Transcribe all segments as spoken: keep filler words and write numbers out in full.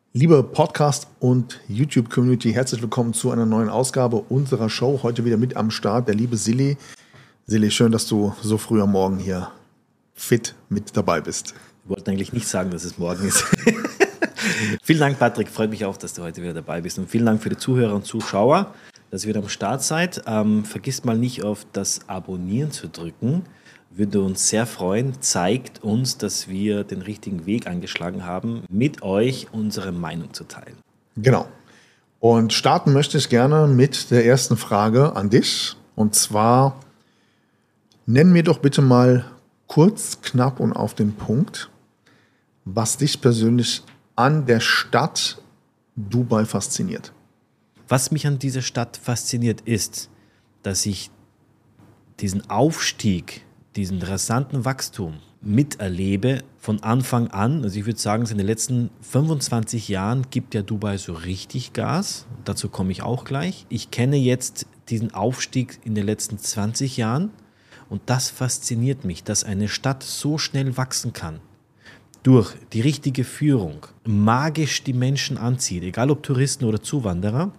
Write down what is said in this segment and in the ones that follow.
Liebe Podcast- und YouTube-Community, herzlich willkommen zu einer neuen Ausgabe unserer Show. Heute wieder mit am Start der liebe Silly. Silly, schön, dass du so früh am Morgen hier fit mit dabei bist. Wir wollten eigentlich nicht sagen, dass es morgen ist. Vielen Dank, Patrick. Freut mich auch, dass du heute wieder dabei bist. Und vielen Dank für die Zuhörer und Zuschauer, dass ihr wieder am Start seid. Ähm, vergisst mal nicht auf das Abonnieren zu drücken. Würde uns sehr freuen. Zeigt uns, dass wir den richtigen Weg eingeschlagen haben, mit euch unsere Meinung zu teilen. Genau. Und starten möchte ich gerne mit der ersten Frage an dich. Und zwar, nenn mir doch bitte mal kurz, knapp und auf den Punkt, was dich persönlich an der Stadt Dubai fasziniert. Was mich an dieser Stadt fasziniert, ist, dass ich diesen Aufstieg, diesen rasanten Wachstum miterlebe von Anfang an. Also ich würde sagen, in den letzten fünfundzwanzig Jahren gibt ja Dubai so richtig Gas. Dazu komme ich auch gleich. Ich kenne jetzt diesen Aufstieg in den letzten zwanzig Jahren und das fasziniert mich, dass eine Stadt so schnell wachsen kann. Durch die richtige Führung, magisch die Menschen anzieht, egal ob Touristen oder Zuwanderer,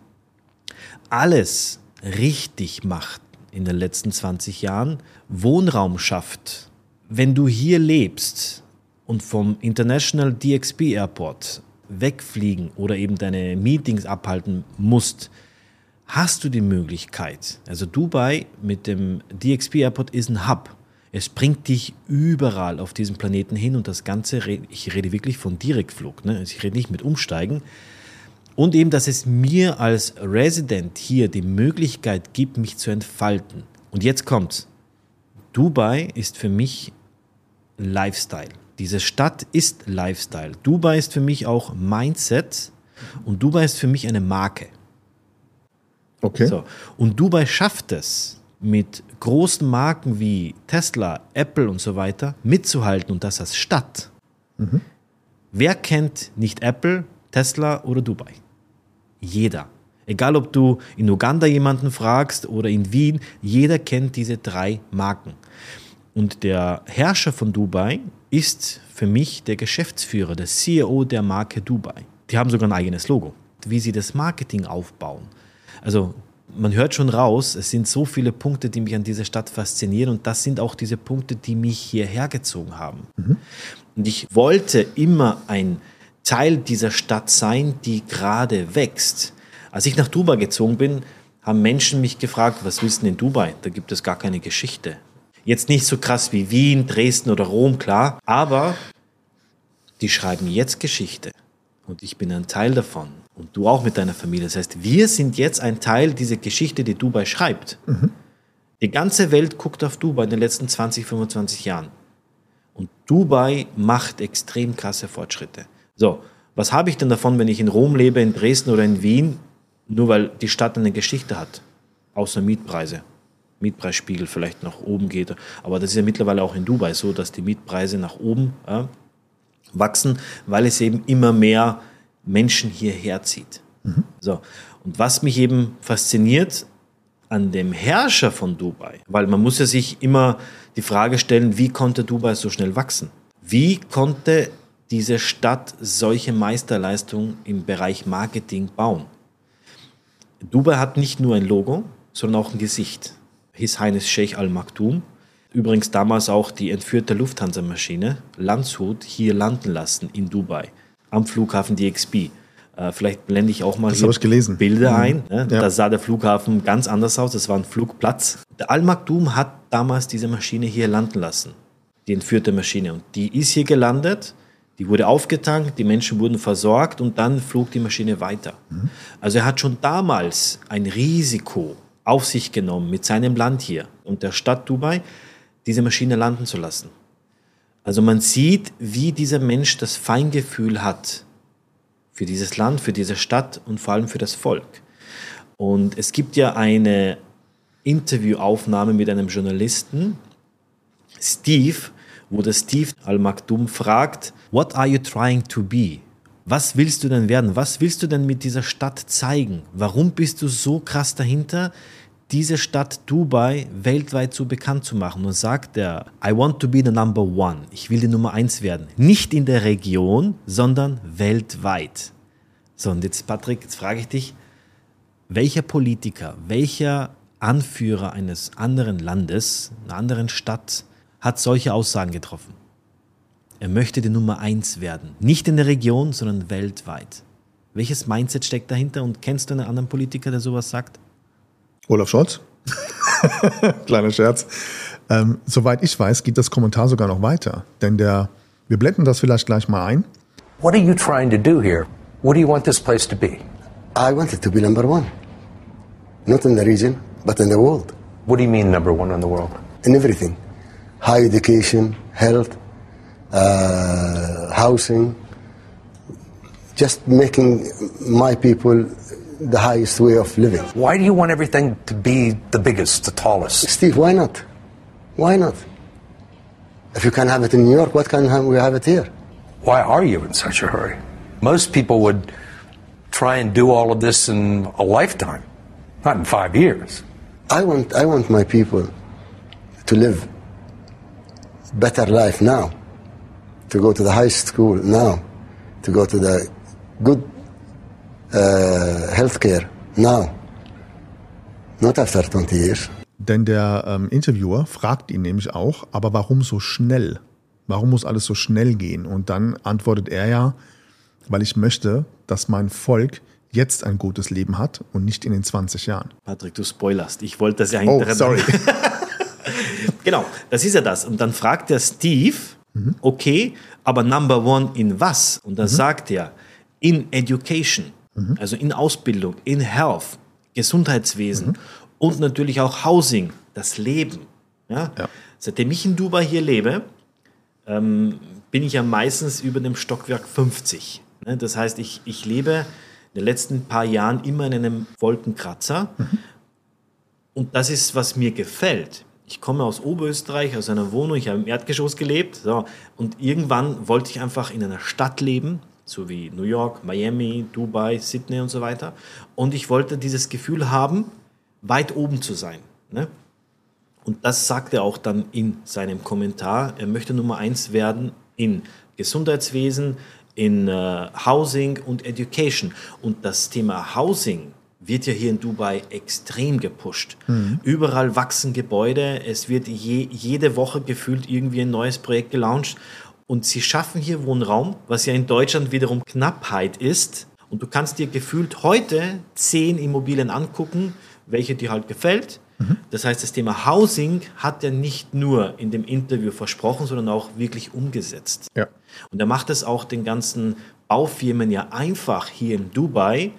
alles richtig macht in den letzten zwanzig Jahren, Wohnraum schafft. Wenn du hier lebst und vom International D X B Airport wegfliegen oder eben deine Meetings abhalten musst, hast du die Möglichkeit. Also Dubai mit dem D X B Airport ist ein Hub. Es bringt dich überall auf diesem Planeten hin und das Ganze, ich rede wirklich von Direktflug, ne? Ich rede nicht mit Umsteigen. Und eben, dass es mir als Resident hier die Möglichkeit gibt, mich zu entfalten. Und jetzt kommt's. Dubai ist für mich Lifestyle. Diese Stadt ist Lifestyle. Dubai ist für mich auch Mindset und Dubai ist für mich eine Marke. Okay. So. Und Dubai schafft es, mit großen Marken wie Tesla, Apple und so weiter mitzuhalten und das als Stadt. Mhm. Wer kennt nicht Apple, Tesla oder Dubai? Jeder. Egal, ob du in Uganda jemanden fragst oder in Wien, jeder kennt diese drei Marken. Und der Herrscher von Dubai ist für mich der Geschäftsführer, der C E O der Marke Dubai. Die haben sogar ein eigenes Logo. Wie sie das Marketing aufbauen. Also man hört schon raus, es sind so viele Punkte, die mich an dieser Stadt faszinieren und das sind auch diese Punkte, die mich hierher gezogen haben. Mhm. Und ich wollte immer ein Teil dieser Stadt sein, die gerade wächst. Als ich nach Dubai gezogen bin, haben Menschen mich gefragt, was willst du denn in Dubai? Da gibt es gar keine Geschichte. Jetzt nicht so krass wie Wien, Dresden oder Rom, klar, aber die schreiben jetzt Geschichte und ich bin ein Teil davon und du auch mit deiner Familie. Das heißt, wir sind jetzt ein Teil dieser Geschichte, die Dubai schreibt. Mhm. Die ganze Welt guckt auf Dubai in den letzten zwanzig, fünfundzwanzig Jahren und Dubai macht extrem krasse Fortschritte. So, was habe ich denn davon, wenn ich in Rom lebe, in Dresden oder in Wien, nur weil die Stadt eine Geschichte hat, außer Mietpreise. Mietpreisspiegel vielleicht nach oben geht, aber das ist ja mittlerweile auch in Dubai so, dass die Mietpreise nach oben äh, wachsen, weil es eben immer mehr Menschen hierher zieht. Mhm. So, und was mich eben fasziniert an dem Herrscher von Dubai, weil man muss ja sich immer die Frage stellen, wie konnte Dubai so schnell wachsen? Wie konnte diese Stadt solche Meisterleistungen im Bereich Marketing bauen? Dubai hat nicht nur ein Logo, sondern auch ein Gesicht. His Highness Sheikh Al Maktoum, übrigens damals auch die entführte Lufthansa-Maschine, Landshut, hier landen lassen in Dubai, am Flughafen D X B. Äh, vielleicht blende ich auch mal das hier Bilder mhm. ein. Ne? Ja. Da sah der Flughafen ganz anders aus, das war ein Flugplatz. Der Al Maktoum hat damals diese Maschine hier landen lassen, die entführte Maschine. Und die ist hier gelandet, die wurde aufgetankt, die Menschen wurden versorgt und dann flog die Maschine weiter. Mhm. Also er hat schon damals ein Risiko auf sich genommen mit seinem Land hier und der Stadt Dubai, diese Maschine landen zu lassen. Also man sieht, wie dieser Mensch das Feingefühl hat für dieses Land, für diese Stadt und vor allem für das Volk. Und es gibt ja eine Interviewaufnahme mit einem Journalisten, Steve, wo der Steve Al Maktoum fragt, what are you trying to be? Was willst du denn werden? Was willst du denn mit dieser Stadt zeigen? Warum bist du so krass dahinter, diese Stadt Dubai weltweit so bekannt zu machen? Und sagt er, I want to be the number one. Ich will die Nummer eins werden. Nicht in der Region, sondern weltweit. So, und jetzt, Patrick, jetzt frage ich dich, welcher Politiker, welcher Anführer eines anderen Landes, einer anderen Stadt, hat solche Aussagen getroffen? Er möchte die Nummer eins werden. Nicht in der Region, sondern weltweit. Welches Mindset steckt dahinter? Und kennst du einen anderen Politiker, der sowas sagt? Olaf Scholz. Kleiner Scherz. Ähm, soweit ich weiß, geht das Kommentar sogar noch weiter. Denn der, wir blenden das vielleicht gleich mal ein. What are you trying to do here? What do you want this place to be? I want it to be number one. Not in the region, but in the world. What do you mean number one in the world? In everything. High education, health, uh, housing. Just making my people the highest way of living. Why do you want everything to be the biggest, the tallest? Steve, why not? Why not? If you can have it in New York, what can we have it here? Why are you in such a hurry? Most people would try and do all of this in a lifetime, not in five years. I want, I want my people to live better life now, to go to the high school now, to go to the good uh, healthcare now, not after twenty years. Denn der ähm, Interviewer fragt ihn nämlich auch, aber warum so schnell? Warum muss alles so schnell gehen? Und dann antwortet er ja, weil ich möchte, dass mein Volk jetzt ein gutes Leben hat und nicht in den zwanzig Jahren. Patrick, du spoilerst. Ich wollte das ja Oh, hinterher. sorry. Genau, das ist ja das. Und dann fragt der Steve, mhm. okay, aber number one in was? Und dann mhm. sagt er, in Education, mhm. also in Ausbildung, in Health, Gesundheitswesen mhm. und natürlich auch Housing, das Leben. Ja? Ja. Seitdem ich in Dubai hier lebe, ähm, bin ich ja meistens über dem Stockwerk fünfzig. Ne? Das heißt, ich, ich lebe in den letzten paar Jahren immer in einem Wolkenkratzer. Mhm. Und das ist, was mir gefällt. Ich komme aus Oberösterreich, aus einer Wohnung, ich habe im Erdgeschoss gelebt. So, und irgendwann wollte ich einfach in einer Stadt leben, so wie New York, Miami, Dubai, Sydney und so weiter. Und ich wollte dieses Gefühl haben, weit oben zu sein. Ne? Und das sagt er auch dann in seinem Kommentar. Er möchte Nummer eins werden in Gesundheitswesen, in uh, Housing und Education. Und das Thema Housing wird ja hier in Dubai extrem gepusht. Mhm. Überall wachsen Gebäude, es wird je, jede Woche gefühlt irgendwie ein neues Projekt gelauncht und sie schaffen hier Wohnraum, was ja in Deutschland wiederum Knappheit ist. Und du kannst dir gefühlt heute zehn Immobilien angucken, welche dir halt gefällt. Mhm. Das heißt, das Thema Housing hat er nicht nur in dem Interview versprochen, sondern auch wirklich umgesetzt. Ja. Und er macht es auch den ganzen Baufirmen ja einfach hier in Dubai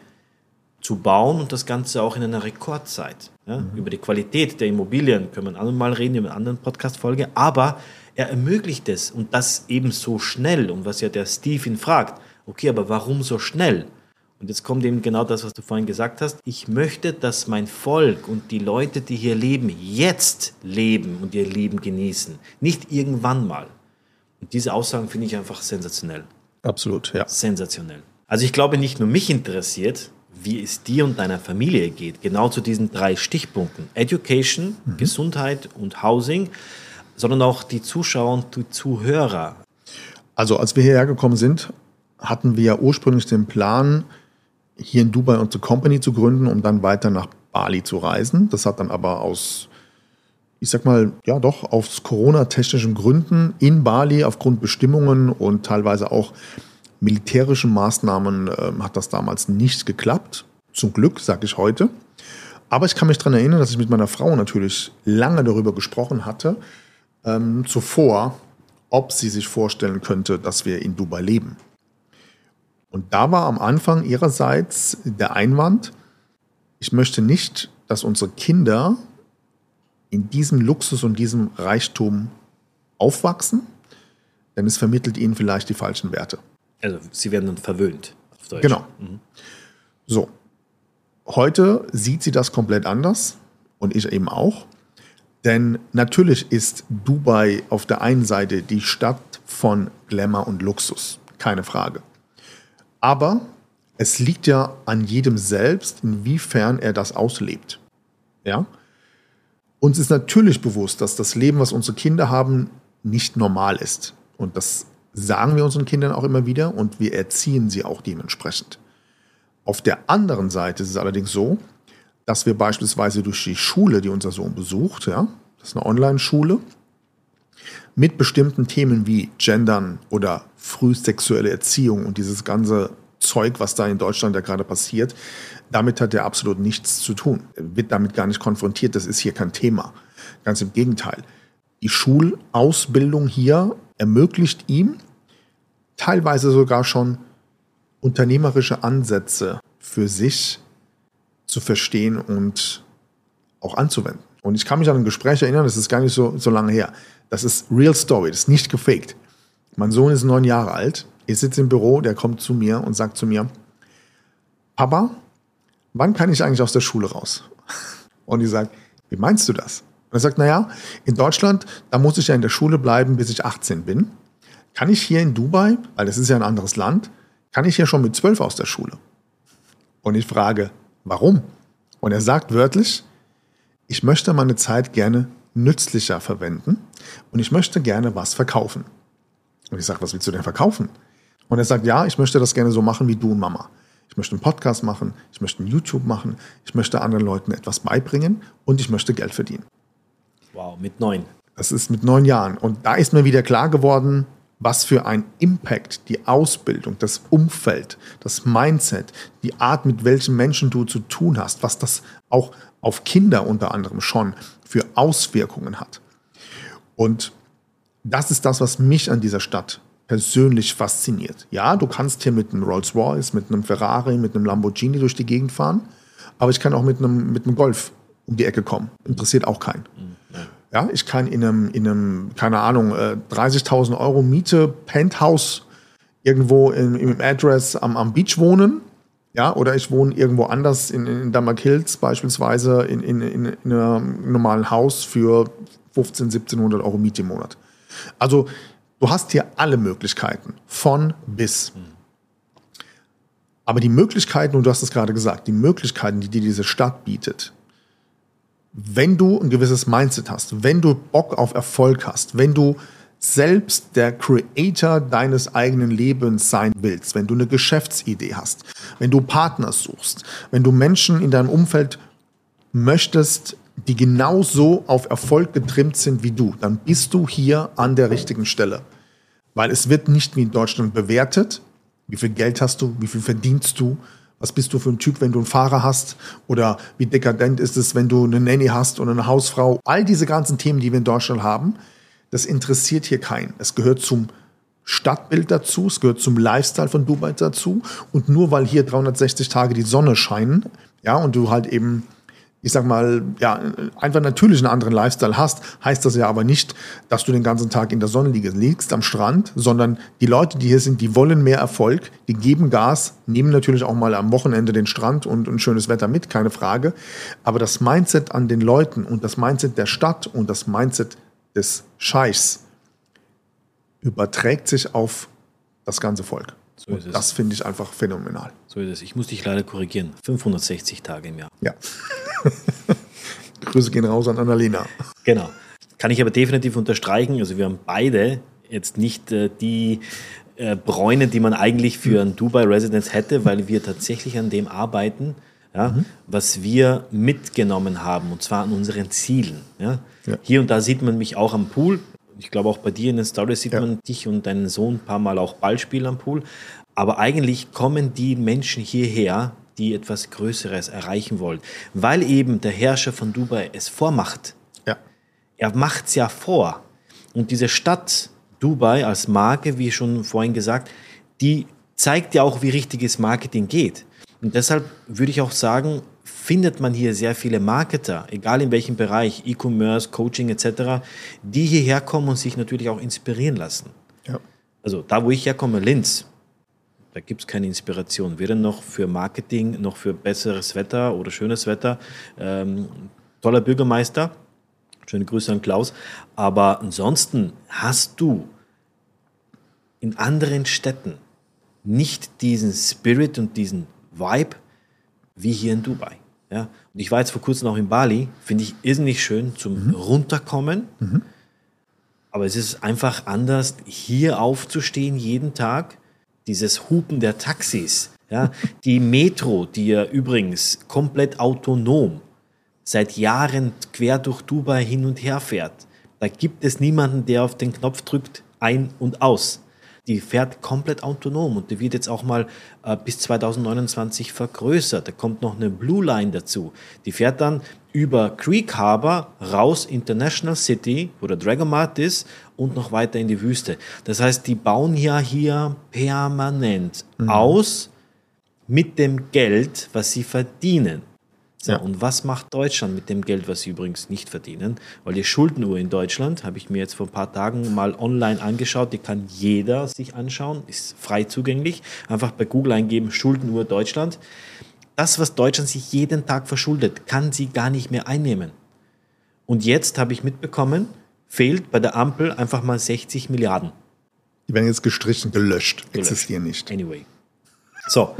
zu bauen und das Ganze auch in einer Rekordzeit. Ja? Mhm. Über die Qualität der Immobilien können wir ein andermal reden, in einer anderen Podcast-Folge, aber er ermöglicht es und das eben so schnell. Und was ja der Steve ihn fragt, okay, aber warum so schnell? Und jetzt kommt eben genau das, was du vorhin gesagt hast. Ich möchte, dass mein Volk und die Leute, die hier leben, jetzt leben und ihr Leben genießen. Nicht irgendwann mal. Und diese Aussagen finde ich einfach sensationell. Absolut, ja. Sensationell. Also ich glaube, nicht nur mich interessiert, wie es dir und deiner Familie geht, genau zu diesen drei Stichpunkten. Education, mhm. Gesundheit und Housing, sondern auch die Zuschauer und die Zuhörer. Also als wir hierher gekommen sind, hatten wir ja ursprünglich den Plan, hier in Dubai unsere Company zu gründen, um dann weiter nach Bali zu reisen. Das hat dann aber aus, ich sag mal, ja doch, aus Corona-technischen Gründen in Bali aufgrund Bestimmungen und teilweise auch militärischen Maßnahmen äh, hat das damals nicht geklappt. Zum Glück, sage ich heute. Aber ich kann mich daran erinnern, dass ich mit meiner Frau natürlich lange darüber gesprochen hatte, ähm, zuvor, ob sie sich vorstellen könnte, dass wir in Dubai leben. Und da war am Anfang ihrerseits der Einwand, ich möchte nicht, dass unsere Kinder in diesem Luxus und diesem Reichtum aufwachsen, denn es vermittelt ihnen vielleicht die falschen Werte. Also sie werden dann verwöhnt, auf Deutsch. Genau. Mhm. So, heute sieht sie das komplett anders und ich eben auch. Denn natürlich ist Dubai auf der einen Seite die Stadt von Glamour und Luxus, keine Frage. Aber es liegt ja an jedem selbst, inwiefern er das auslebt. Ja? Uns ist natürlich bewusst, dass das Leben, was unsere Kinder haben, nicht normal ist. Und das sagen wir unseren Kindern auch immer wieder und wir erziehen sie auch dementsprechend. Auf der anderen Seite ist es allerdings so, dass wir beispielsweise durch die Schule, die unser Sohn besucht, ja, das ist eine Online-Schule, mit bestimmten Themen wie Gendern oder frühsexuelle Erziehung und dieses ganze Zeug, was da in Deutschland ja gerade passiert, damit hat er absolut nichts zu tun. Er wird damit gar nicht konfrontiert, das ist hier kein Thema. Ganz im Gegenteil. Die Schulausbildung hier ermöglicht ihm teilweise sogar schon unternehmerische Ansätze für sich zu verstehen und auch anzuwenden. Und ich kann mich an ein Gespräch erinnern, das ist gar nicht so, so lange her. Das ist Real Story, das ist nicht gefaked. Mein Sohn ist neun Jahre alt, ich sitze im Büro, der kommt zu mir und sagt zu mir, Papa, wann kann ich eigentlich aus der Schule raus? Und ich sage, wie meinst du das? Und er sagt, naja, in Deutschland, da muss ich ja in der Schule bleiben, bis ich achtzehn bin. Kann ich hier in Dubai, weil das ist ja ein anderes Land, kann ich hier schon mit zwölf aus der Schule? Und ich frage, warum? Und er sagt wörtlich, ich möchte meine Zeit gerne nützlicher verwenden und ich möchte gerne was verkaufen. Und ich sage, was willst du denn verkaufen? Und er sagt, ja, ich möchte das gerne so machen wie du und Mama. Ich möchte einen Podcast machen, ich möchte einen YouTube machen, ich möchte anderen Leuten etwas beibringen und ich möchte Geld verdienen. Wow, mit neun. Das ist mit neun Jahren. Und da ist mir wieder klar geworden, was für ein Impact die Ausbildung, das Umfeld, das Mindset, die Art, mit welchen Menschen du zu tun hast, was das auch auf Kinder unter anderem schon für Auswirkungen hat. Und das ist das, was mich an dieser Stadt persönlich fasziniert. Ja, du kannst hier mit einem Rolls-Royce, mit einem Ferrari, mit einem Lamborghini durch die Gegend fahren, aber ich kann auch mit einem, mit einem Golf um die Ecke kommen. Interessiert auch keinen. Ja, ich kann in einem, in einem, keine Ahnung, dreißigtausend Euro Miete, Penthouse irgendwo im, im Address am, am Beach wohnen. Ja, oder ich wohne irgendwo anders in, in Damak Hills beispielsweise in, in, in, in einem normalen Haus für fünfzehnhundert, siebzehnhundert Euro Miete im Monat. Also du hast hier alle Möglichkeiten, von bis. Aber die Möglichkeiten, und du hast es gerade gesagt, die Möglichkeiten, die dir diese Stadt bietet, wenn du ein gewisses Mindset hast, wenn du Bock auf Erfolg hast, wenn du selbst der Creator deines eigenen Lebens sein willst, wenn du eine Geschäftsidee hast, wenn du Partner suchst, wenn du Menschen in deinem Umfeld möchtest, die genauso auf Erfolg getrimmt sind wie du, dann bist du hier an der richtigen Stelle. Weil es wird nicht wie in Deutschland bewertet, wie viel Geld hast du, wie viel verdienst du, was bist du für ein Typ, wenn du einen Fahrer hast, oder wie dekadent ist es, wenn du eine Nanny hast oder eine Hausfrau. All diese ganzen Themen, die wir in Deutschland haben, das interessiert hier keinen. Es gehört zum Stadtbild dazu, es gehört zum Lifestyle von Dubai dazu. Und nur weil hier dreihundertsechzig Tage die Sonne scheinen, ja, und du halt eben, ich sag mal, ja, einfach natürlich einen anderen Lifestyle hast, heißt das ja aber nicht, dass du den ganzen Tag in der Sonne liegst am Strand, sondern die Leute, die hier sind, die wollen mehr Erfolg, die geben Gas, nehmen natürlich auch mal am Wochenende den Strand und ein schönes Wetter mit, keine Frage. Aber das Mindset an den Leuten und das Mindset der Stadt und das Mindset des Scheichs überträgt sich auf das ganze Volk. So ist und es. Das finde ich einfach phänomenal. So ist es. Ich muss dich leider korrigieren. fünfhundertsechzig Tage im Jahr. Ja. Grüße gehen raus an Annalena. Genau. Kann ich aber definitiv unterstreichen. Also wir haben beide jetzt nicht äh, die äh, Bräune, die man eigentlich für ein Dubai Residence hätte, weil wir tatsächlich an dem arbeiten, ja, mhm. was wir mitgenommen haben, und zwar an unseren Zielen. Ja. Ja. Hier und da sieht man mich auch am Pool. Ich glaube, auch bei dir in den Stories sieht ja. man dich und deinen Sohn ein paar Mal auch Ball spielen am Pool. Aber eigentlich kommen die Menschen hierher, die etwas Größeres erreichen wollen. Weil eben der Herrscher von Dubai es vormacht. Ja. Er macht es ja vor. Und diese Stadt Dubai als Marke, wie schon vorhin gesagt, die zeigt ja auch, wie richtiges Marketing geht. Und deshalb würde ich auch sagen, findet man hier sehr viele Marketer, egal in welchem Bereich, E-Commerce, Coaching et cetera, die hierher kommen und sich natürlich auch inspirieren lassen. Ja. Also da, wo ich herkomme, Linz, da gibt es keine Inspiration. Weder noch für Marketing, noch für besseres Wetter oder schönes Wetter. Ähm, toller Bürgermeister, schöne Grüße an Klaus. Aber ansonsten hast du in anderen Städten nicht diesen Spirit und diesen Vibe wie hier in Dubai. Ja? Und ich war jetzt vor kurzem auch in Bali, finde ich irrsinnig schön zum mhm. Runterkommen. Mhm. Aber es ist einfach anders, hier aufzustehen jeden Tag. Dieses Hupen der Taxis, Ja, die Metro, die ja übrigens komplett autonom seit Jahren quer durch Dubai hin und her fährt. Da gibt es niemanden, der auf den Knopf drückt, ein und aus. Die fährt komplett autonom und die wird jetzt auch mal äh, bis zwanzig neunundzwanzig vergrößert. Da kommt noch eine Blue Line dazu. Die fährt dann über Creek Harbor raus International City, wo der Dragomat ist, und noch weiter in die Wüste. Das heißt, die bauen ja hier permanent mhm. aus mit dem Geld, was sie verdienen. So, ja. Und was macht Deutschland mit dem Geld, was sie übrigens nicht verdienen? Weil die Schuldenuhr in Deutschland, habe ich mir jetzt vor ein paar Tagen mal online angeschaut, die kann jeder sich anschauen, ist frei zugänglich. Einfach bei Google eingeben, Schuldenuhr Deutschland. Das, was Deutschland sich jeden Tag verschuldet, kann sie gar nicht mehr einnehmen. Und jetzt habe ich mitbekommen, fehlt bei der Ampel einfach mal sechzig Milliarden. Die werden jetzt gestrichen, gelöscht, gelöscht. Existieren nicht. Anyway. So.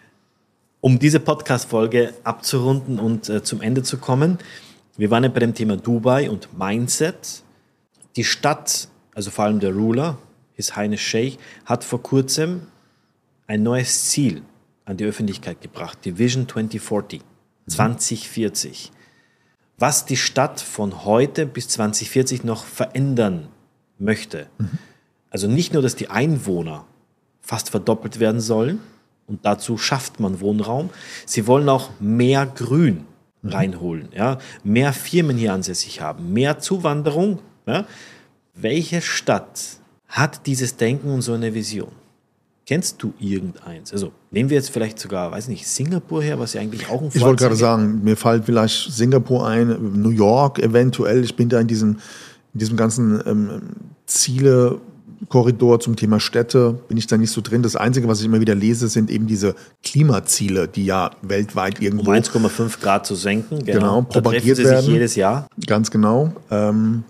Um diese Podcast-Folge abzurunden und äh, zum Ende zu kommen, wir waren ja bei dem Thema Dubai und Mindset. Die Stadt, also vor allem der Ruler, His Highness Sheikh, hat vor kurzem ein neues Ziel an die Öffentlichkeit gebracht, die Vision zwanzig vierzig. zwanzig vierzig. Was die Stadt von heute bis zwanzig vierzig noch verändern möchte. Mhm. Also nicht nur, dass die Einwohner fast verdoppelt werden sollen, und dazu schafft man Wohnraum. Sie wollen auch mehr Grün reinholen, ja? Mehr Firmen hier ansässig haben, mehr Zuwanderung. Ja? Welche Stadt hat dieses Denken und so eine Vision? Kennst du irgendeins? Also nehmen wir jetzt vielleicht sogar, weiß nicht, Singapur her, was ja eigentlich auch ein Ich wollte gerade sagen, mir fällt vielleicht Singapur ein, New York eventuell. Ich bin da in diesem, in diesem ganzen ähm, Ziele Korridor zum Thema Städte bin ich da nicht so drin. Das Einzige, was ich immer wieder lese, sind eben diese Klimaziele, die ja weltweit irgendwo... Um eins Komma fünf Grad zu senken. Genau, genau propagiert sie werden. Sich jedes Jahr. Ganz genau. Ähm,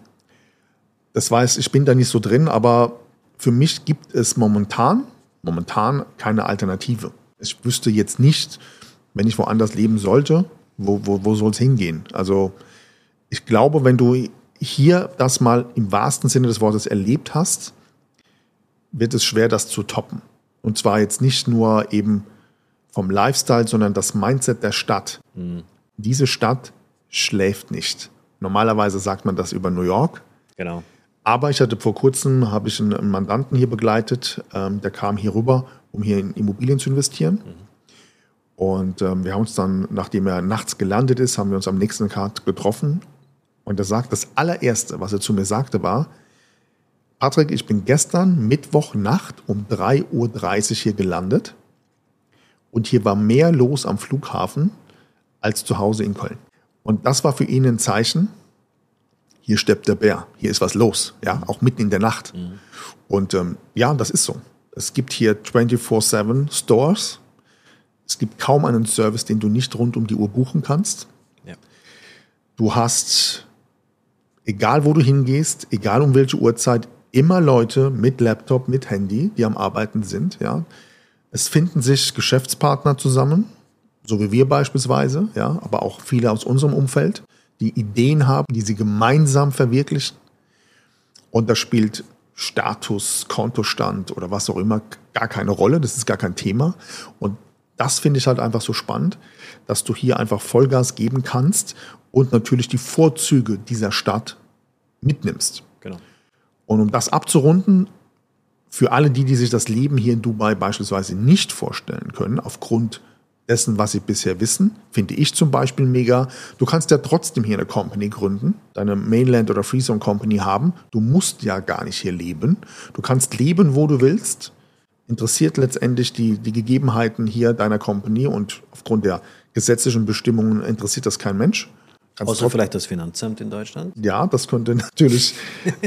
das weiß ich, bin da nicht so drin, aber für mich gibt es momentan, momentan keine Alternative. Ich wüsste jetzt nicht, wenn ich woanders leben sollte, wo, wo, wo soll es hingehen? Also ich glaube, wenn du hier das mal im wahrsten Sinne des Wortes erlebt hast, wird es schwer, das zu toppen. Und zwar jetzt nicht nur eben vom Lifestyle, sondern das Mindset der Stadt. Mhm. Diese Stadt schläft nicht. Normalerweise sagt man das über New York. Genau. Aber ich hatte vor kurzem, habe ich einen Mandanten hier begleitet, ähm, der kam hier rüber, um hier in Immobilien zu investieren. Mhm. Und ähm, wir haben uns dann, nachdem er nachts gelandet ist, haben wir uns am nächsten Tag getroffen. Und er sagt, das allererste, was er zu mir sagte, war: Patrick, ich bin gestern Mittwochnacht um drei Uhr dreißig hier gelandet und hier war mehr los am Flughafen als zu Hause in Köln. Und das war für ihn ein Zeichen, hier steppt der Bär, hier ist was los, ja, auch mitten in der Nacht. Mhm. Und ähm, ja, das ist so. Es gibt hier vierundzwanzig sieben Stores. Es gibt kaum einen Service, den du nicht rund um die Uhr buchen kannst. Ja. Du hast, egal wo du hingehst, egal um welche Uhrzeit, immer Leute mit Laptop, mit Handy, die am Arbeiten sind. Ja. Es finden sich Geschäftspartner zusammen, so wie wir beispielsweise, ja, aber auch viele aus unserem Umfeld, die Ideen haben, die sie gemeinsam verwirklichen. Und da spielt Status, Kontostand oder was auch immer gar keine Rolle. Das ist gar kein Thema. Und das finde ich halt einfach so spannend, dass du hier einfach Vollgas geben kannst und natürlich die Vorzüge dieser Stadt mitnimmst. Genau. Und um das abzurunden, für alle die, die sich das Leben hier in Dubai beispielsweise nicht vorstellen können, aufgrund dessen, was sie bisher wissen, finde ich zum Beispiel mega. Du kannst ja trotzdem hier eine Company gründen, deine Mainland- oder Freezone Company haben. Du musst ja gar nicht hier leben. Du kannst leben, wo du willst. Interessiert letztendlich die, die Gegebenheiten hier deiner Company und aufgrund der gesetzlichen Bestimmungen interessiert das kein Mensch. Kannst Außer vielleicht das Finanzamt in Deutschland? Ja, das könnte natürlich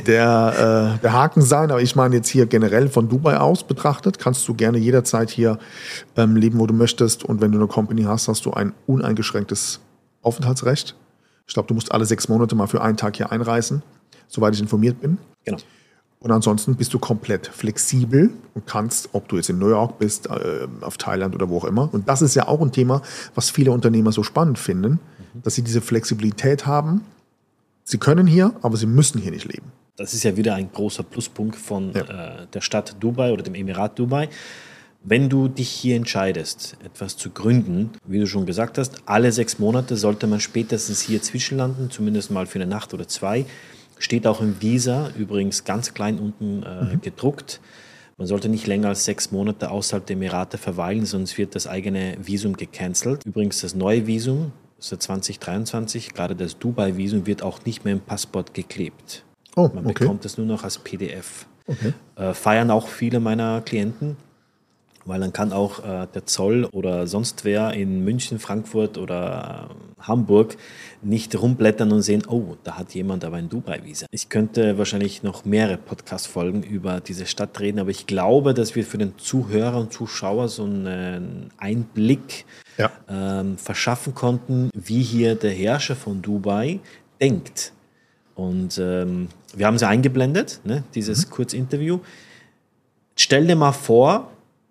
der, äh, der Haken sein. Aber ich meine jetzt hier generell von Dubai aus betrachtet, kannst du gerne jederzeit hier ähm, leben, wo du möchtest. Und wenn du eine Company hast, hast du ein uneingeschränktes Aufenthaltsrecht. Ich glaube, du musst alle sechs Monate mal für einen Tag hier einreisen, soweit ich informiert bin. Genau. Und ansonsten bist du komplett flexibel und kannst, ob du jetzt in New York bist, äh, auf Thailand oder wo auch immer. Und das ist ja auch ein Thema, was viele Unternehmer so spannend finden, mhm. dass sie diese Flexibilität haben. Sie können hier, aber sie müssen hier nicht leben. Das ist ja wieder ein großer Pluspunkt von ja. äh, der Stadt Dubai oder dem Emirat Dubai. Wenn du dich hier entscheidest, etwas zu gründen, wie du schon gesagt hast, alle sechs Monate sollte man spätestens hier zwischenlanden, zumindest mal für eine Nacht oder zwei. Steht auch im Visa, übrigens ganz klein unten äh, mhm. gedruckt. Man sollte nicht länger als sechs Monate außerhalb der Emirate verweilen, sonst wird das eigene Visum gecancelt. Übrigens das neue Visum, seit zwanzig dreiundzwanzig, gerade das Dubai-Visum, wird auch nicht mehr im Passport geklebt. Oh, man okay. bekommt es nur noch als P D F. Okay. Äh, feiern auch viele meiner Klienten, weil dann kann auch äh, der Zoll oder sonst wer in München, Frankfurt oder äh, Hamburg nicht rumblättern und sehen, oh, da hat jemand aber ein Dubai-Visa. Ich könnte wahrscheinlich noch mehrere Podcast-Folgen über diese Stadt reden, aber ich glaube, dass wir für den Zuhörer und Zuschauer so einen Einblick ja. ähm, verschaffen konnten, wie hier der Herrscher von Dubai denkt. Und ähm, wir haben sie eingeblendet, ne, dieses mhm. Kurzinterview. Stell dir mal vor,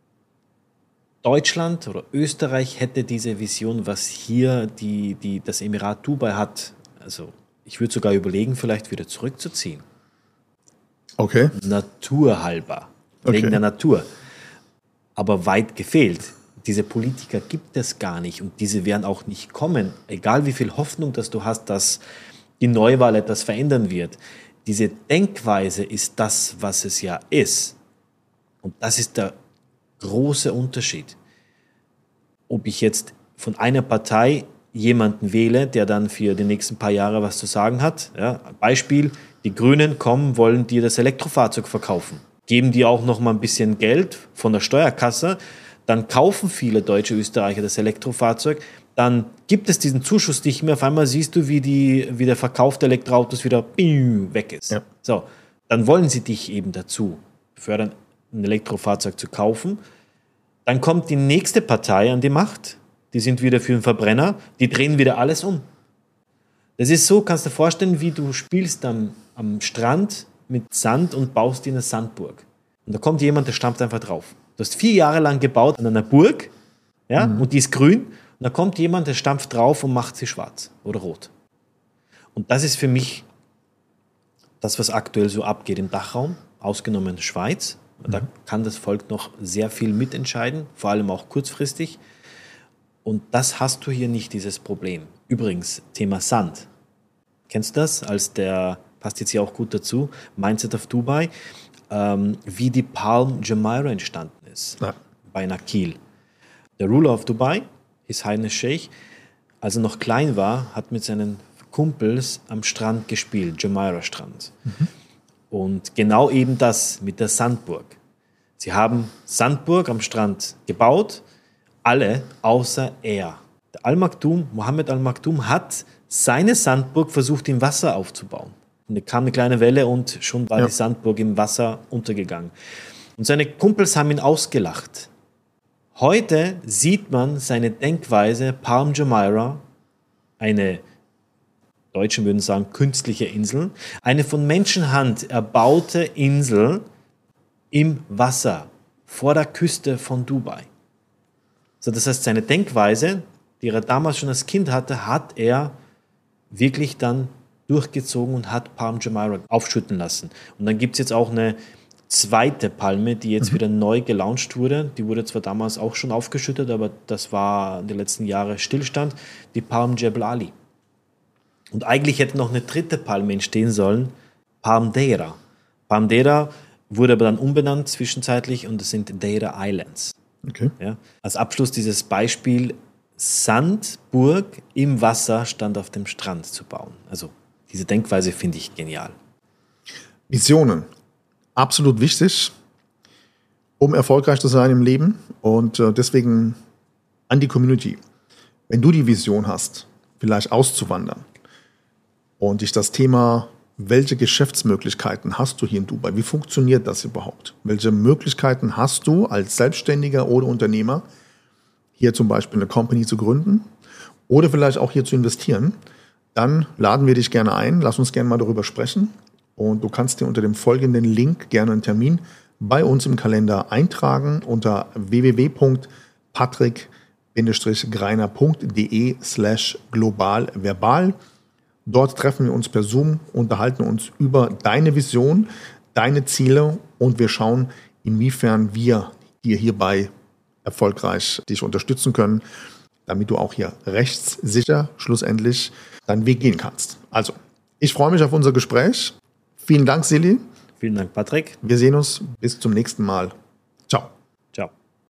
Deutschland oder Österreich hätte diese Vision, was hier die, die, das Emirat Dubai hat. Also ich würde sogar überlegen, vielleicht wieder zurückzuziehen. Okay. Naturhalber, okay. wegen der Natur. Aber weit gefehlt. Diese Politiker gibt es gar nicht und diese werden auch nicht kommen. Egal wie viel Hoffnung, dass du hast, dass die Neuwahl etwas verändern wird. Diese Denkweise ist das, was es ja ist. Und das ist der große Unterschied. Ob ich jetzt von einer Partei jemanden wähle, der dann für die nächsten paar Jahre was zu sagen hat. Ja, Beispiel, die Grünen kommen, wollen dir das Elektrofahrzeug verkaufen. Geben dir auch noch mal ein bisschen Geld von der Steuerkasse, dann kaufen viele deutsche Österreicher das Elektrofahrzeug, dann gibt es diesen Zuschuss nicht mehr, auf einmal siehst du, wie, die, wie der Verkauf der Elektroautos wieder weg ist. Ja. So, dann wollen sie dich eben dazu fördern, ein Elektrofahrzeug zu kaufen. Dann kommt die nächste Partei an die Macht, die sind wieder für den Verbrenner, die drehen wieder alles um. Das ist so, kannst du dir vorstellen, wie du spielst am, am Strand mit Sand und baust dir eine Sandburg. Und da kommt jemand, der stampft einfach drauf. Du hast vier Jahre lang gebaut an einer Burg, ja, mhm. und die ist grün, und da kommt jemand, der stampft drauf und macht sie schwarz oder rot. Und das ist für mich das, was aktuell so abgeht im Dachraum, ausgenommen Schweiz. Da kann das Volk noch sehr viel mitentscheiden, vor allem auch kurzfristig. Und das hast du hier nicht, dieses Problem. Übrigens, Thema Sand. Kennst du das? Als der, passt jetzt hier auch gut dazu, Mindset of Dubai, ähm, wie die Palm Jumeirah entstanden ist, ja. bei Nakheel. Der Ruler of Dubai, His Highness Sheikh, als er noch klein war, hat mit seinen Kumpels am Strand gespielt, Jumeirah-Strand. Mhm. Und genau eben das mit der Sandburg. Sie haben Sandburg am Strand gebaut, alle außer er. Der Al-Maktoum, Mohammed Al-Maktoum, hat seine Sandburg versucht im Wasser aufzubauen. Und da kam eine kleine Welle und schon war ja. die Sandburg im Wasser untergegangen. Und seine Kumpels haben ihn ausgelacht. Heute sieht man seine Denkweise, Palm Jumeirah, eine Deutschen würden sagen, künstliche Insel. Eine von Menschenhand erbaute Insel im Wasser, vor der Küste von Dubai. So, das heißt, seine Denkweise, die er damals schon als Kind hatte, hat er wirklich dann durchgezogen und hat Palm Jumeirah aufschütten lassen. Und dann gibt es jetzt auch eine zweite Palme, die jetzt mhm. wieder neu gelauncht wurde. Die wurde zwar damals auch schon aufgeschüttet, aber das war in den letzten Jahren Stillstand. Die Palm Jebel Ali. Und eigentlich hätte noch eine dritte Palme entstehen sollen, Palm Deira. Palm Deira wurde aber dann umbenannt zwischenzeitlich und es sind Deira Islands. Okay. Ja, als Abschluss dieses Beispiel, Sandburg im Wasser stand auf dem Strand zu bauen. Also diese Denkweise finde ich genial. Visionen, absolut wichtig, um erfolgreich zu sein im Leben und deswegen an die Community. Wenn du die Vision hast, vielleicht auszuwandern, und dich das Thema, welche Geschäftsmöglichkeiten hast du hier in Dubai? Wie funktioniert das überhaupt? Welche Möglichkeiten hast du als Selbstständiger oder Unternehmer, hier zum Beispiel eine Company zu gründen oder vielleicht auch hier zu investieren? Dann laden wir dich gerne ein. Lass uns gerne mal darüber sprechen. Und du kannst dir unter dem folgenden Link gerne einen Termin bei uns im Kalender eintragen unter w w w punkt patrick greiner punkt de slash global verbal. Dort treffen wir uns per Zoom, unterhalten uns über deine Vision, deine Ziele und wir schauen, inwiefern wir dir hierbei erfolgreich dich unterstützen können, damit du auch hier rechtssicher schlussendlich deinen Weg gehen kannst. Also, ich freue mich auf unser Gespräch. Vielen Dank, Silly. Vielen Dank, Patrick. Wir sehen uns bis zum nächsten Mal.